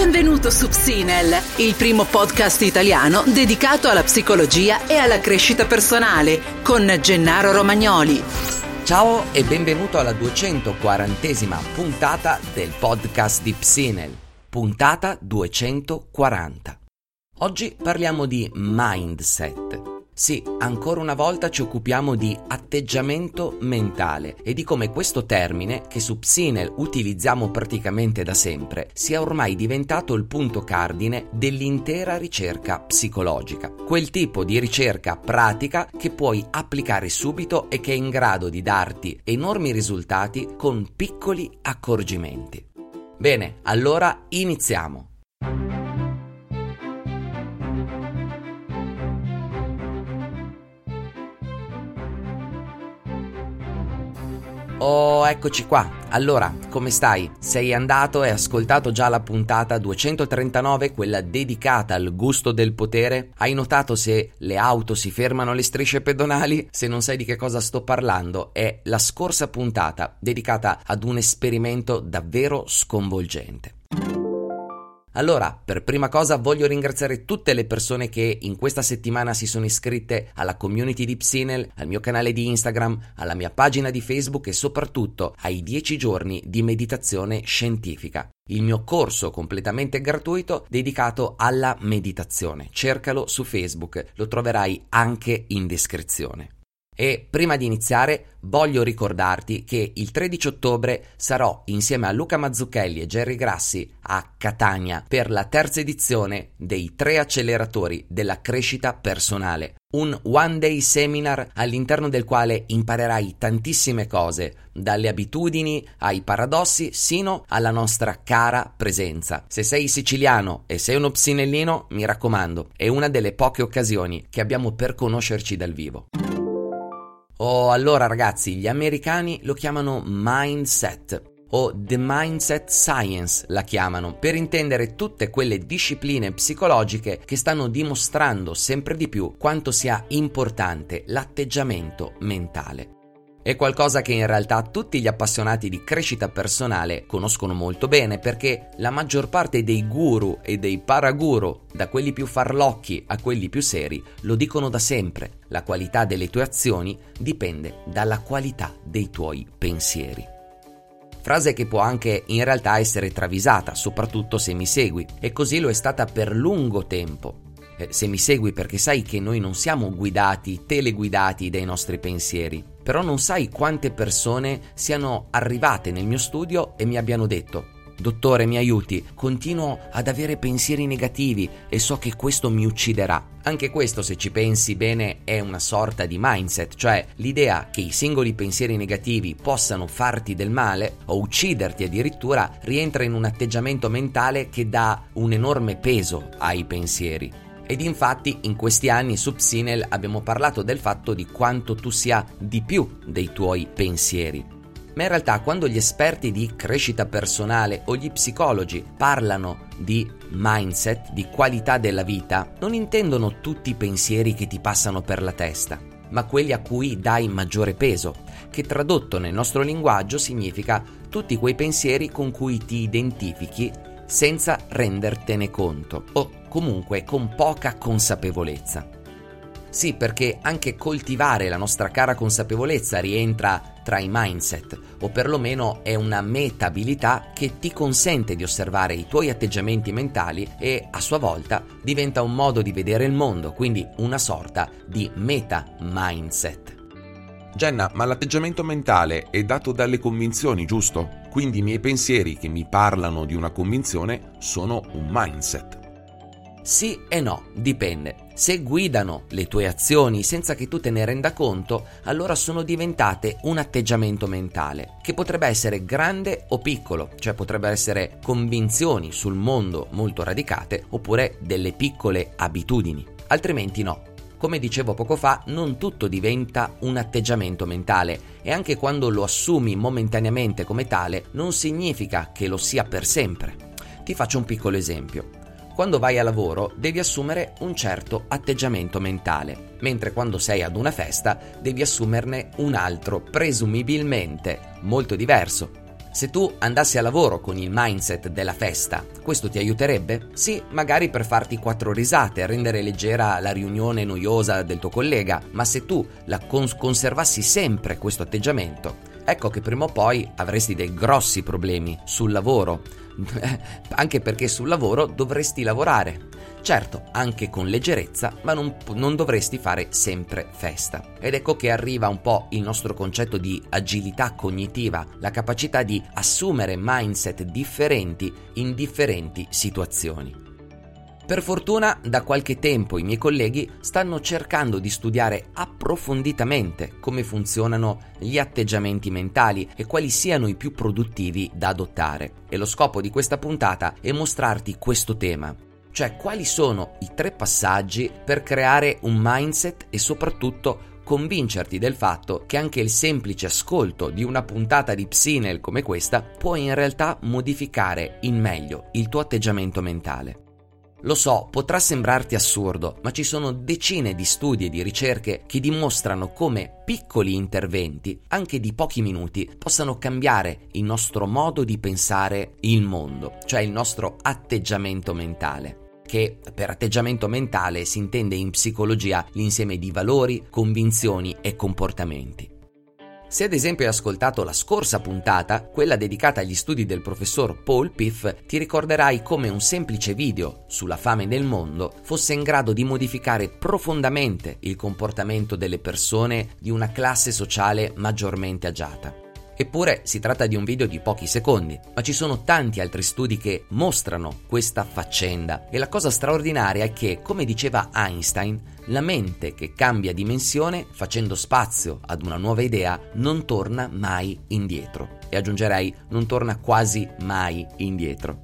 Benvenuto su Psinel, il primo podcast italiano dedicato alla psicologia e alla crescita personale, con Gennaro Romagnoli. Ciao e benvenuto alla 240esima puntata del podcast di Psinel, puntata 240. Oggi parliamo di mindset. Sì, ancora una volta ci occupiamo di atteggiamento mentale e di come questo termine, che su Psinel utilizziamo praticamente da sempre, sia ormai diventato il punto cardine dell'intera ricerca psicologica. Quel tipo di ricerca pratica che puoi applicare subito e che è in grado di darti enormi risultati con piccoli accorgimenti. Bene, allora iniziamo. Oh, eccoci qua. Allora, come stai? Sei andato e ascoltato già la puntata 239, quella dedicata al gusto del potere? Hai notato se le auto si fermano alle strisce pedonali? Se non sai di che cosa sto parlando, è la scorsa puntata dedicata ad un esperimento davvero sconvolgente. Allora, per prima cosa voglio ringraziare tutte le persone che in questa settimana si sono iscritte alla community di Psinel, al mio canale di Instagram, alla mia pagina di Facebook e soprattutto ai 10 giorni di meditazione scientifica. Il mio corso completamente gratuito dedicato alla meditazione. Cercalo su Facebook, lo troverai anche in descrizione. E prima di iniziare voglio ricordarti che il 13 ottobre sarò insieme a Luca Mazzucchelli e Jerry Grassi a Catania per la terza edizione dei 3 acceleratori della crescita personale. Un one day seminar all'interno del quale imparerai tantissime cose, dalle abitudini ai paradossi sino alla nostra cara presenza. Se sei siciliano e sei uno psinellino, mi raccomando, è una delle poche occasioni che abbiamo per conoscerci dal vivo. Oh, allora ragazzi, gli americani lo chiamano mindset o The Mindset Science la chiamano, per intendere tutte quelle discipline psicologiche che stanno dimostrando sempre di più quanto sia importante l'atteggiamento mentale. È qualcosa che in realtà tutti gli appassionati di crescita personale conoscono molto bene, perché la maggior parte dei guru e dei paraguru, da quelli più farlocchi a quelli più seri, lo dicono da sempre: la qualità delle tue azioni dipende dalla qualità dei tuoi pensieri. Frase che può anche in realtà essere travisata, soprattutto se mi segui, e così lo è stata per lungo tempo. Se mi segui perché sai che noi non siamo guidati, teleguidati dai nostri pensieri, però non sai quante persone siano arrivate nel mio studio e mi abbiano detto: dottore, mi aiuti, continuo ad avere pensieri negativi e so che questo mi ucciderà. Anche questo, se ci pensi bene, è una sorta di mindset, cioè l'idea che i singoli pensieri negativi possano farti del male o ucciderti addirittura rientra in un atteggiamento mentale che dà un enorme peso ai pensieri. Ed infatti in questi anni su Psinel abbiamo parlato del fatto di quanto tu sia di più dei tuoi pensieri. Ma in realtà quando gli esperti di crescita personale o gli psicologi parlano di mindset, di qualità della vita, non intendono tutti i pensieri che ti passano per la testa, ma quelli a cui dai maggiore peso, che tradotto nel nostro linguaggio significa tutti quei pensieri con cui ti identifichi senza rendertene conto, o comunque con poca consapevolezza. Sì, perché anche coltivare la nostra cara consapevolezza rientra tra i mindset, o perlomeno è una meta-abilità che ti consente di osservare i tuoi atteggiamenti mentali e a sua volta diventa un modo di vedere il mondo, quindi una sorta di meta-mindset. Jenna, ma l'atteggiamento mentale è dato dalle convinzioni, giusto? Quindi i miei pensieri che mi parlano di una convinzione sono un mindset. Sì e no, dipende. Se guidano le tue azioni senza che tu te ne renda conto, allora sono diventate un atteggiamento mentale, che potrebbe essere grande o piccolo, cioè potrebbe essere convinzioni sul mondo molto radicate, oppure delle piccole abitudini. Altrimenti no. Come dicevo poco fa, non tutto diventa un atteggiamento mentale, e anche quando lo assumi momentaneamente come tale, non significa che lo sia per sempre. Ti faccio un piccolo esempio. Quando vai a lavoro devi assumere un certo atteggiamento mentale, mentre quando sei ad una festa devi assumerne un altro, presumibilmente molto diverso. Se tu andassi a lavoro con il mindset della festa, questo ti aiuterebbe? Sì, magari per farti 4 risate, a rendere leggera la riunione noiosa del tuo collega, ma se tu conservassi sempre questo atteggiamento, ecco che prima o poi avresti dei grossi problemi sul lavoro, anche perché sul lavoro dovresti lavorare. Certo, anche con leggerezza, ma non dovresti fare sempre festa. Ed ecco che arriva un po' il nostro concetto di agilità cognitiva, la capacità di assumere mindset differenti in differenti situazioni. Per fortuna, da qualche tempo i miei colleghi stanno cercando di studiare approfonditamente come funzionano gli atteggiamenti mentali e quali siano i più produttivi da adottare. E lo scopo di questa puntata è mostrarti questo tema. Cioè, quali sono i 3 passaggi per creare un mindset e soprattutto convincerti del fatto che anche il semplice ascolto di una puntata di Psynel come questa può in realtà modificare in meglio il tuo atteggiamento mentale. Lo so, potrà sembrarti assurdo, ma ci sono decine di studi e di ricerche che dimostrano come piccoli interventi, anche di pochi minuti, possano cambiare il nostro modo di pensare il mondo, cioè il nostro atteggiamento mentale. Che per atteggiamento mentale si intende in psicologia l'insieme di valori, convinzioni e comportamenti. Se ad esempio hai ascoltato la scorsa puntata, quella dedicata agli studi del professor Paul Piff, ti ricorderai come un semplice video sulla fame nel mondo fosse in grado di modificare profondamente il comportamento delle persone di una classe sociale maggiormente agiata. Eppure si tratta di un video di pochi secondi, ma ci sono tanti altri studi che mostrano questa faccenda e la cosa straordinaria è che, come diceva Einstein, la mente che cambia dimensione facendo spazio ad una nuova idea non torna mai indietro. E aggiungerei, non torna quasi mai indietro.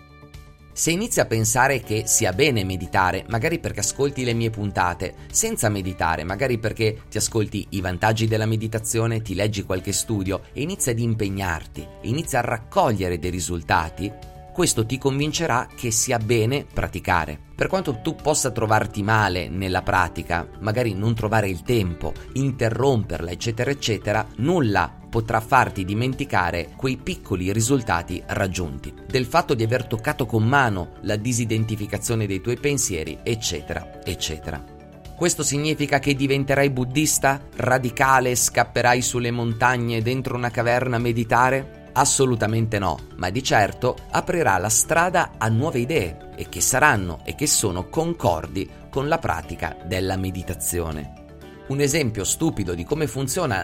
Se inizi a pensare che sia bene meditare, magari perché ascolti le mie puntate, senza meditare, magari perché ti ascolti i vantaggi della meditazione, ti leggi qualche studio e inizi ad impegnarti, inizi a raccogliere dei risultati, questo ti convincerà che sia bene praticare. Per quanto tu possa trovarti male nella pratica, magari non trovare il tempo, interromperla, eccetera, eccetera, nulla potrà farti dimenticare quei piccoli risultati raggiunti, del fatto di aver toccato con mano la disidentificazione dei tuoi pensieri, eccetera, eccetera. Questo significa che diventerai buddista, radicale, scapperai sulle montagne dentro una caverna a meditare? Assolutamente no, ma di certo aprirà la strada a nuove idee e che saranno e che sono concordi con la pratica della meditazione. Un esempio stupido di come funzionano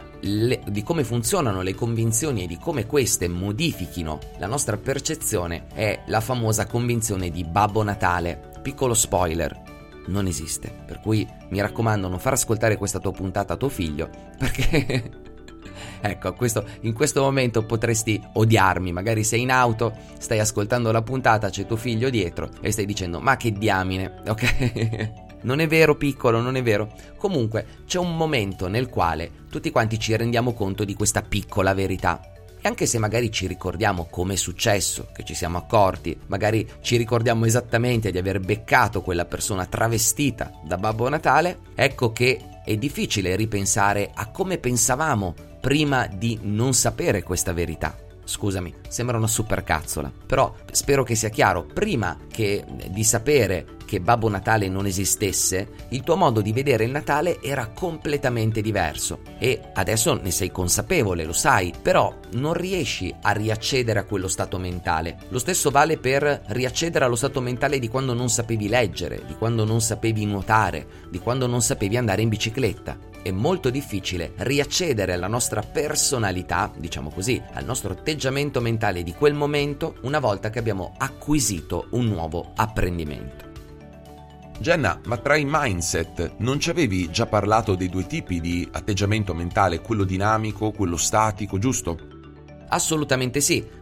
le convinzioni e di come queste modifichino la nostra percezione è la famosa convinzione di Babbo Natale. Piccolo spoiler, non esiste, per cui mi raccomando non far ascoltare questa tua puntata a tuo figlio, perché ecco, in questo momento potresti odiarmi, magari sei in auto, stai ascoltando la puntata, c'è tuo figlio dietro e stai dicendo ma che diamine, ok? Non è vero piccolo, non è vero. Comunque c'è un momento nel quale tutti quanti ci rendiamo conto di questa piccola verità. E anche se magari ci ricordiamo come è successo, che ci siamo accorti, magari ci ricordiamo esattamente di aver beccato quella persona travestita da Babbo Natale, ecco che è difficile ripensare a come pensavamo prima di non sapere questa verità. Scusami, sembra una supercazzola, però spero che sia chiaro. Prima di sapere che Babbo Natale non esistesse, il tuo modo di vedere il Natale era completamente diverso e adesso ne sei consapevole, lo sai, però non riesci a riaccedere a quello stato mentale. Lo stesso vale per riaccedere allo stato mentale di quando non sapevi leggere, di quando non sapevi nuotare, di quando non sapevi andare in bicicletta. È molto difficile riaccedere alla nostra personalità, diciamo così, al nostro atteggiamento mentale di quel momento una volta che abbiamo acquisito un nuovo apprendimento. Jenna, ma tra i mindset non ci avevi già parlato dei 2 tipi di atteggiamento mentale, quello dinamico, quello statico, giusto? Assolutamente sì,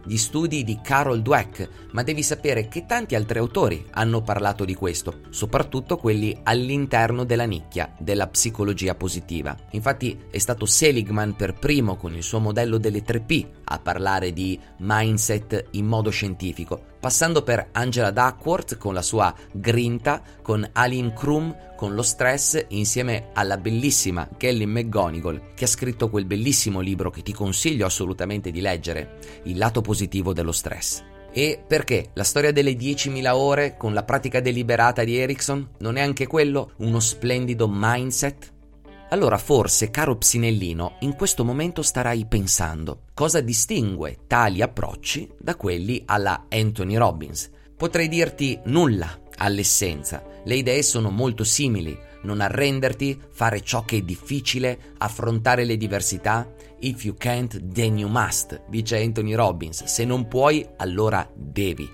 gli studi di Carol Dweck, ma devi sapere che tanti altri autori hanno parlato di questo, soprattutto quelli all'interno della nicchia della psicologia positiva. Infatti è stato Seligman per primo con il suo modello delle 3P a parlare di mindset in modo scientifico, passando per Angela Duckworth con la sua grinta, con Aline Crum con lo stress, insieme alla bellissima Kelly McGonigal, che ha scritto quel bellissimo libro che ti consiglio assolutamente di leggere, Il lato positivo dello stress. E perché la storia delle 10.000 ore con la pratica deliberata di Erickson non è anche quello uno splendido mindset? Allora forse, caro psinellino, in questo momento starai pensando cosa distingue tali approcci da quelli alla Anthony Robbins. Potrei dirti nulla all'essenza, le idee sono molto simili: non arrenderti, fare ciò che è difficile, affrontare le diversità. If you can't, then you must, dice Anthony Robbins. Se non puoi, allora devi.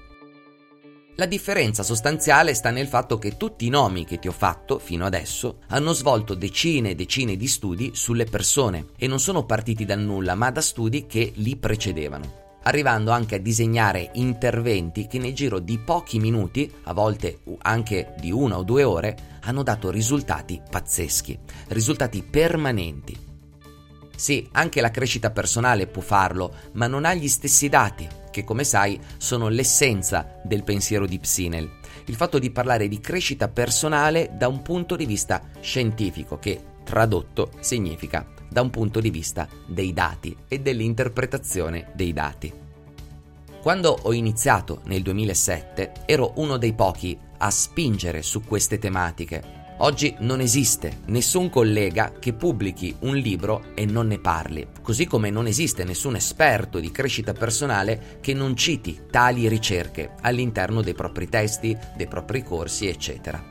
La differenza sostanziale sta nel fatto che tutti i nomi che ti ho fatto fino adesso hanno svolto decine e decine di studi sulle persone e non sono partiti dal nulla, ma da studi che li precedevano, arrivando anche a disegnare interventi che nel giro di pochi minuti, a volte anche di 1 o 2 ore, hanno dato risultati pazzeschi, risultati permanenti. Sì, anche la crescita personale può farlo, ma non ha gli stessi dati, che come sai sono l'essenza del pensiero di Psinel. Il fatto di parlare di crescita personale da un punto di vista scientifico, che tradotto significa da un punto di vista dei dati e dell'interpretazione dei dati. Quando ho iniziato nel 2007 ero uno dei pochi a spingere su queste tematiche. Oggi non esiste nessun collega che pubblichi un libro e non ne parli, così come non esiste nessun esperto di crescita personale che non citi tali ricerche all'interno dei propri testi, dei propri corsi, eccetera.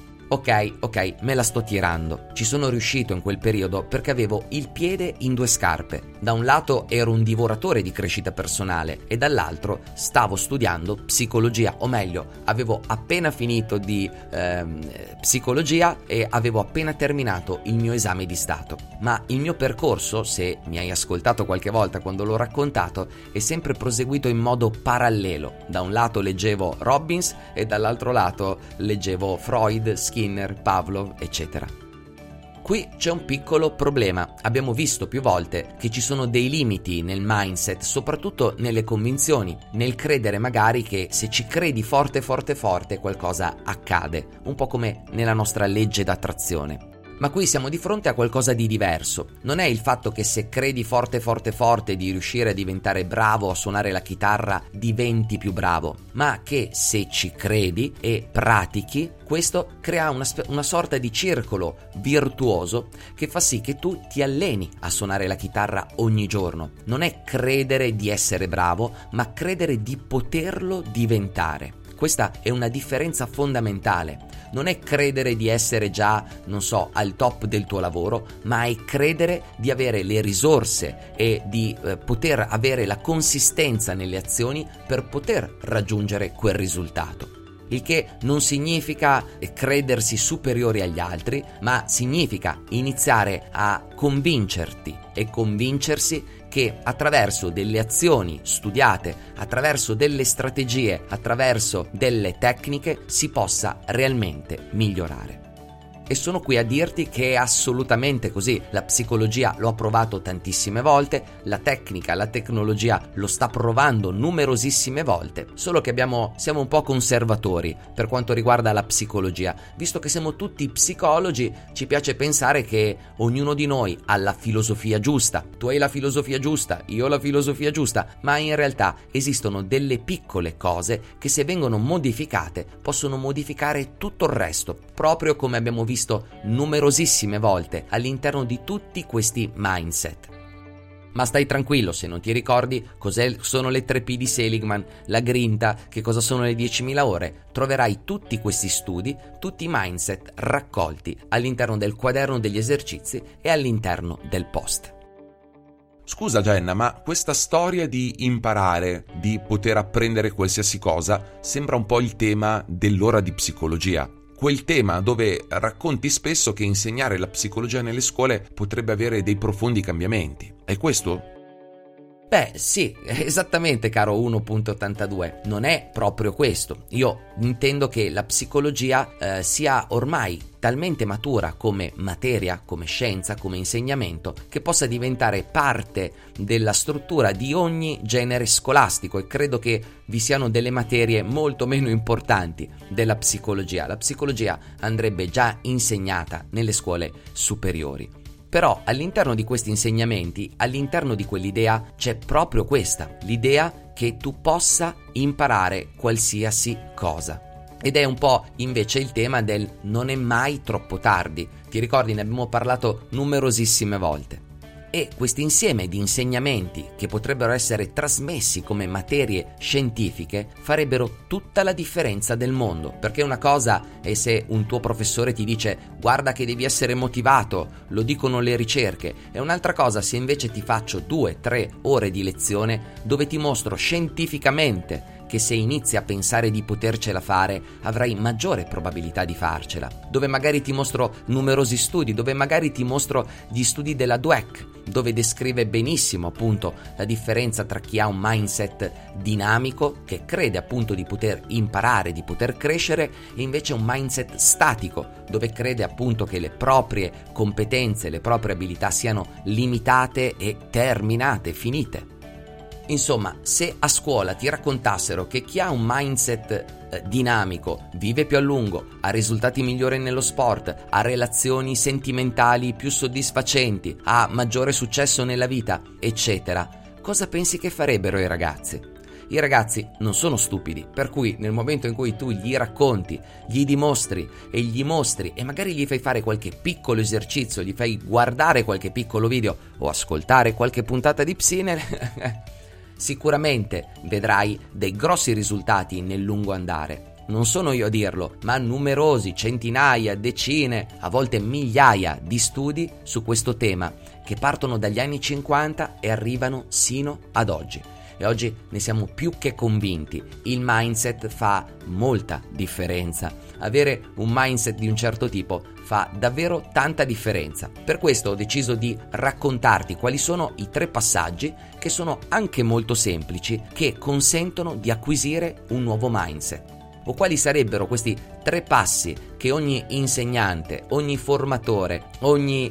Ok, me la sto tirando. Ci sono riuscito in quel periodo perché avevo il piede in 2 scarpe. Da un lato ero un divoratore di crescita personale e dall'altro stavo studiando psicologia, o meglio, avevo appena finito di psicologia e avevo appena terminato il mio esame di Stato. Ma il mio percorso, se mi hai ascoltato qualche volta quando l'ho raccontato, è sempre proseguito in modo parallelo. Da un lato leggevo Robbins e dall'altro lato leggevo Freud, Skinner, Pavlov, eccetera. Qui c'è un piccolo problema. Abbiamo visto più volte che ci sono dei limiti nel mindset, soprattutto nelle convinzioni, nel credere magari che se ci credi forte qualcosa accade, un po' come nella nostra legge d'attrazione. Ma qui siamo di fronte a qualcosa di diverso. Non è il fatto che se credi forte di riuscire a diventare bravo a suonare la chitarra diventi più bravo, ma che se ci credi e pratichi, questo crea una sorta di circolo virtuoso che fa sì che tu ti alleni a suonare la chitarra ogni giorno. Non è credere di essere bravo, ma credere di poterlo diventare. Questa è una differenza fondamentale. Non è credere di essere già, al top del tuo lavoro, ma è credere di avere le risorse e di poter avere la consistenza nelle azioni per poter raggiungere quel risultato. Il che non significa credersi superiori agli altri, ma significa iniziare a convincerti e convincersi che attraverso delle azioni studiate, attraverso delle strategie, attraverso delle tecniche si possa realmente migliorare. E sono qui a dirti che è assolutamente così. La psicologia lo ha provato tantissime volte, la tecnica, la tecnologia lo sta provando numerosissime volte, solo che siamo un po' conservatori per quanto riguarda la psicologia. Visto che siamo tutti psicologi, ci piace pensare che ognuno di noi ha la filosofia giusta. Tu hai la filosofia giusta, io ho la filosofia giusta, ma in realtà esistono delle piccole cose che, se vengono modificate, possono modificare tutto il resto, proprio come abbiamo visto numerosissime volte all'interno di tutti questi mindset. Ma stai tranquillo, se non ti ricordi sono le 3P di Seligman, la grinta, che cosa sono le 10.000 ore, troverai tutti questi studi, tutti i mindset raccolti all'interno del quaderno degli esercizi e all'interno del post. Scusa Jenna, ma questa storia di imparare, di poter apprendere qualsiasi cosa, sembra un po' il tema dell'ora di psicologia. Quel tema dove racconti spesso che insegnare la psicologia nelle scuole potrebbe avere dei profondi cambiamenti. È questo? Beh, sì, esattamente, caro 1.82. Non è proprio questo. Io intendo che la psicologia sia ormai talmente matura come materia, come scienza, come insegnamento, che possa diventare parte della struttura di ogni genere scolastico, e credo che vi siano delle materie molto meno importanti della psicologia. La psicologia andrebbe già insegnata nelle scuole superiori. Però all'interno di questi insegnamenti, all'interno di quell'idea, c'è proprio questa, l'idea che tu possa imparare qualsiasi cosa. Ed è un po' invece il tema del non è mai troppo tardi. Ti ricordi, ne abbiamo parlato numerosissime volte. E questo insieme di insegnamenti che potrebbero essere trasmessi come materie scientifiche farebbero tutta la differenza del mondo, perché una cosa è se un tuo professore ti dice guarda che devi essere motivato, lo dicono le ricerche, e un'altra cosa se invece ti faccio 2-3 ore di lezione dove ti mostro scientificamente che se inizi a pensare di potercela fare avrai maggiore probabilità di farcela, dove magari ti mostro numerosi studi, dove magari ti mostro gli studi della Dweck, dove descrive benissimo appunto la differenza tra chi ha un mindset dinamico, che crede appunto di poter imparare, di poter crescere, e invece un mindset statico, dove crede appunto che le proprie competenze, le proprie abilità siano limitate e terminate, finite. Insomma, se a scuola ti raccontassero che chi ha un mindset dinamico vive più a lungo, ha risultati migliori nello sport, ha relazioni sentimentali più soddisfacenti, ha maggiore successo nella vita, eccetera, cosa pensi che farebbero i ragazzi? I ragazzi non sono stupidi, per cui nel momento in cui tu gli racconti, gli dimostri e gli mostri e magari gli fai fare qualche piccolo esercizio, gli fai guardare qualche piccolo video o ascoltare qualche puntata di Psine, sicuramente vedrai dei grossi risultati nel lungo andare. Non sono io a dirlo, ma numerosi, centinaia, decine, a volte migliaia di studi su questo tema che partono dagli anni 50 e arrivano sino ad oggi. E oggi ne siamo più che convinti, il mindset fa molta differenza. Avere un mindset di un certo tipo fa davvero tanta differenza. Per questo ho deciso di raccontarti quali sono i 3 passaggi, che sono anche molto semplici, che consentono di acquisire un nuovo mindset. O quali sarebbero questi 3 passi che ogni insegnante, ogni formatore, ogni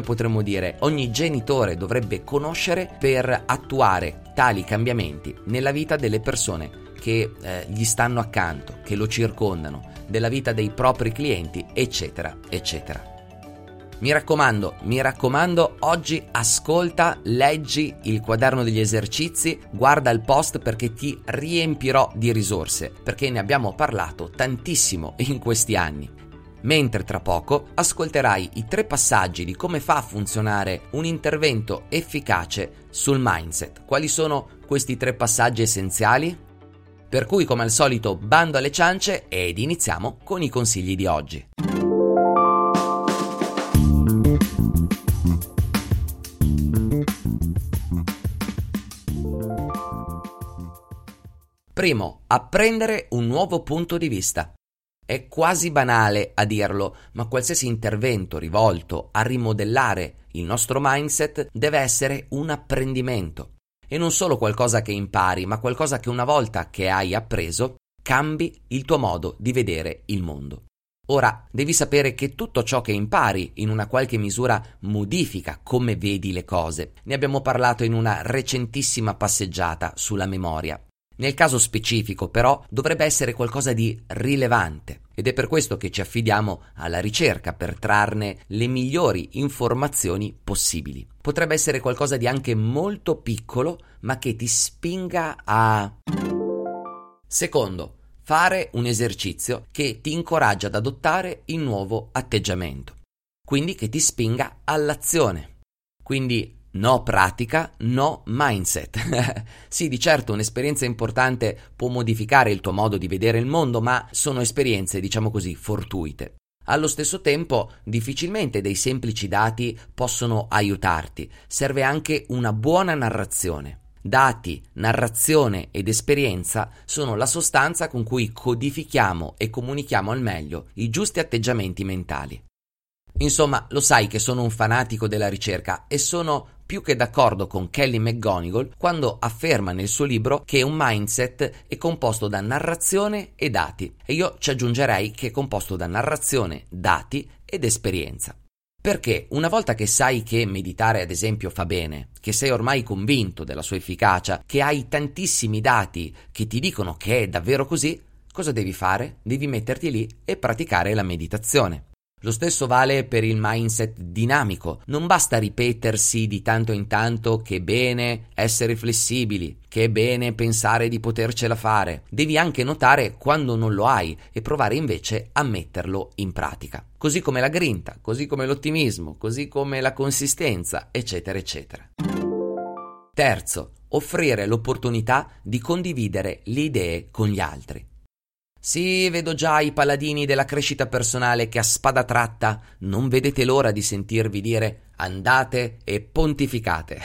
genitore dovrebbe conoscere per attuare tali cambiamenti nella vita delle persone che gli stanno accanto, che lo circondano, della vita dei propri clienti, eccetera, eccetera. Mi raccomando, oggi ascolta, leggi il quaderno degli esercizi, guarda il post perché ti riempirò di risorse, perché ne abbiamo parlato tantissimo in questi anni. Mentre tra poco ascolterai i 3 passaggi di come fa a funzionare un intervento efficace sul mindset. Quali sono questi 3 passaggi essenziali? Per cui, come al solito, bando alle ciance ed iniziamo con i consigli di oggi. Primo, apprendere un nuovo punto di vista. È quasi banale a dirlo, ma qualsiasi intervento rivolto a rimodellare il nostro mindset deve essere un apprendimento. E non solo qualcosa che impari, ma qualcosa che una volta che hai appreso, cambi il tuo modo di vedere il mondo. Ora, devi sapere che tutto ciò che impari in una qualche misura modifica come vedi le cose. Ne abbiamo parlato in una recentissima passeggiata sulla memoria. Nel caso specifico, però, dovrebbe essere qualcosa di rilevante ed è per questo che ci affidiamo alla ricerca per trarne le migliori informazioni possibili. Potrebbe essere qualcosa di anche molto piccolo, ma che ti spinga a... Secondo, fare un esercizio che ti incoraggia ad adottare il nuovo atteggiamento, quindi che ti spinga all'azione. Quindi no pratica, no mindset. Sì, di certo un'esperienza importante può modificare il tuo modo di vedere il mondo, ma sono esperienze, diciamo così, fortuite. Allo stesso tempo, difficilmente dei semplici dati possono aiutarti. Serve anche una buona narrazione. Dati, narrazione ed esperienza sono la sostanza con cui codifichiamo e comunichiamo al meglio i giusti atteggiamenti mentali. Insomma, lo sai che sono un fanatico della ricerca e sono più che d'accordo con Kelly McGonigal quando afferma nel suo libro che un mindset è composto da narrazione e dati, e io ci aggiungerei che è composto da narrazione, dati ed esperienza. Perché una volta che sai che meditare ad esempio fa bene, che sei ormai convinto della sua efficacia, che hai tantissimi dati che ti dicono che è davvero così, cosa devi fare? Devi metterti lì e praticare la meditazione. Lo stesso vale per il mindset dinamico. Non basta ripetersi di tanto in tanto che è bene essere flessibili, che è bene pensare di potercela fare. Devi anche notare quando non lo hai e provare invece a metterlo in pratica. Così come la grinta, così come l'ottimismo, così come la consistenza, eccetera, eccetera. Terzo, offrire l'opportunità di condividere le idee con gli altri. Sì, vedo già i paladini della crescita personale che a spada tratta non vedete l'ora di sentirvi dire andate e pontificate.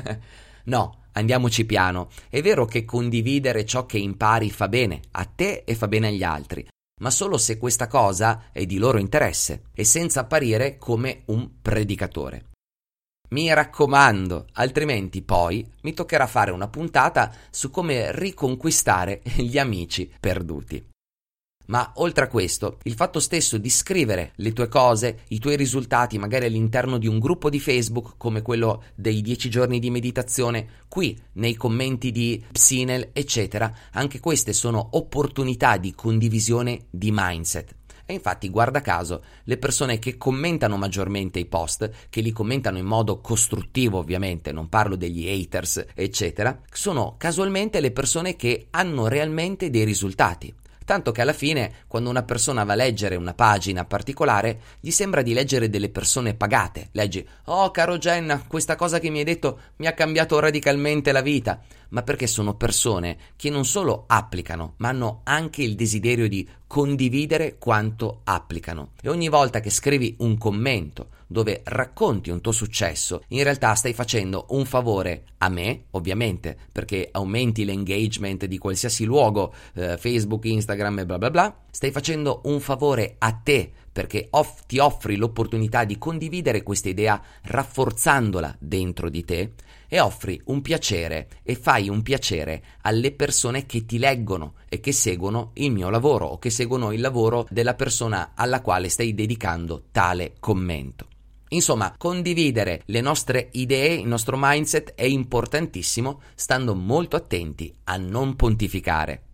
No, andiamoci piano. È vero che condividere ciò che impari fa bene a te e fa bene agli altri, ma solo se questa cosa è di loro interesse e senza apparire come un predicatore. Mi raccomando, altrimenti poi mi toccherà fare una puntata su come riconquistare gli amici perduti. Ma oltre a questo, il fatto stesso di scrivere le tue cose, i tuoi risultati magari all'interno di un gruppo di Facebook come quello dei 10 giorni di meditazione, qui nei commenti di Psynel, eccetera, anche queste sono opportunità di condivisione di mindset. E infatti, guarda caso, le persone che commentano maggiormente i post, che li commentano in modo costruttivo ovviamente, non parlo degli haters, eccetera, sono casualmente le persone che hanno realmente dei risultati. Tanto che alla fine, quando una persona va a leggere una pagina particolare, gli sembra di leggere delle persone pagate. Leggi, oh caro Jenna, questa cosa che mi hai detto mi ha cambiato radicalmente la vita. Ma perché sono persone che non solo applicano, ma hanno anche il desiderio di condividere quanto applicano. E ogni volta che scrivi un commento dove racconti un tuo successo, in realtà stai facendo un favore a me, ovviamente, perché aumenti l'engagement di qualsiasi luogo, Facebook, Instagram e bla bla bla. Stai facendo un favore a te, perché ti offri l'opportunità di condividere questa idea rafforzandola dentro di te, e offri un piacere e fai un piacere alle persone che ti leggono e che seguono il mio lavoro o che seguono il lavoro della persona alla quale stai dedicando tale commento. Insomma, condividere le nostre idee, il nostro mindset è importantissimo, stando molto attenti a non pontificare.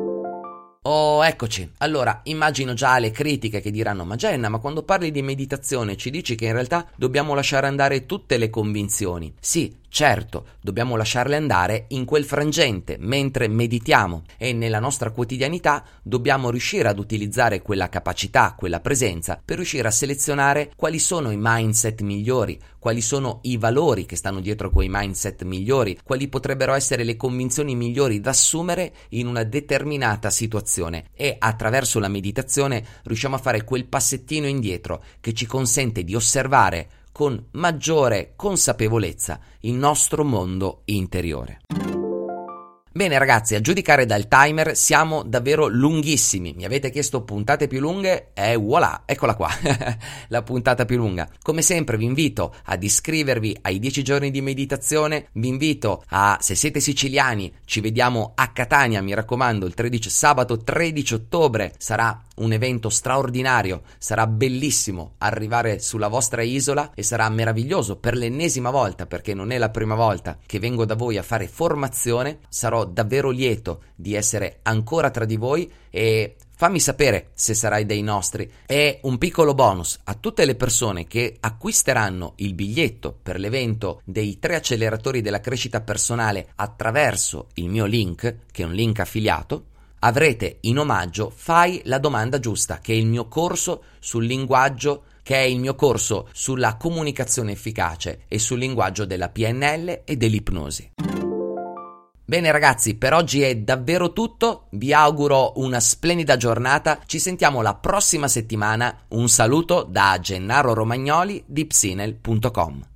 Oh, eccoci. Allora, immagino già le critiche che diranno: ma Jenna, ma quando parli di meditazione ci dici che in realtà dobbiamo lasciare andare tutte le convinzioni. Sì, certo, dobbiamo lasciarle andare in quel frangente, mentre meditiamo, e nella nostra quotidianità dobbiamo riuscire ad utilizzare quella capacità, quella presenza, per riuscire a selezionare quali sono i mindset migliori, quali sono i valori che stanno dietro quei mindset migliori, quali potrebbero essere le convinzioni migliori da assumere in una determinata situazione, e attraverso la meditazione riusciamo a fare quel passettino indietro che ci consente di osservare con maggiore consapevolezza il nostro mondo interiore. Bene ragazzi, a giudicare dal timer siamo davvero lunghissimi. Mi avete chiesto puntate più lunghe e voilà, eccola qua, la puntata più lunga. Come sempre vi invito ad iscrivervi ai 10 giorni di meditazione, vi invito se siete siciliani, ci vediamo a Catania, mi raccomando, sabato 13 ottobre, sarà un evento straordinario, sarà bellissimo arrivare sulla vostra isola e sarà meraviglioso per l'ennesima volta, perché non è la prima volta che vengo da voi a fare formazione. Sarò davvero lieto di essere ancora tra di voi e fammi sapere se sarai dei nostri. E un piccolo bonus a tutte le persone che acquisteranno il biglietto per l'evento dei 3 acceleratori della crescita personale attraverso il mio link, che è un link affiliato, avrete in omaggio Fai la domanda giusta, che è il mio corso sul linguaggio, che è il mio corso sulla comunicazione efficace e sul linguaggio della PNL e dell'ipnosi. Bene ragazzi, per oggi è davvero tutto, vi auguro una splendida giornata, ci sentiamo la prossima settimana, un saluto da Gennaro Romagnoli di Psynel.com.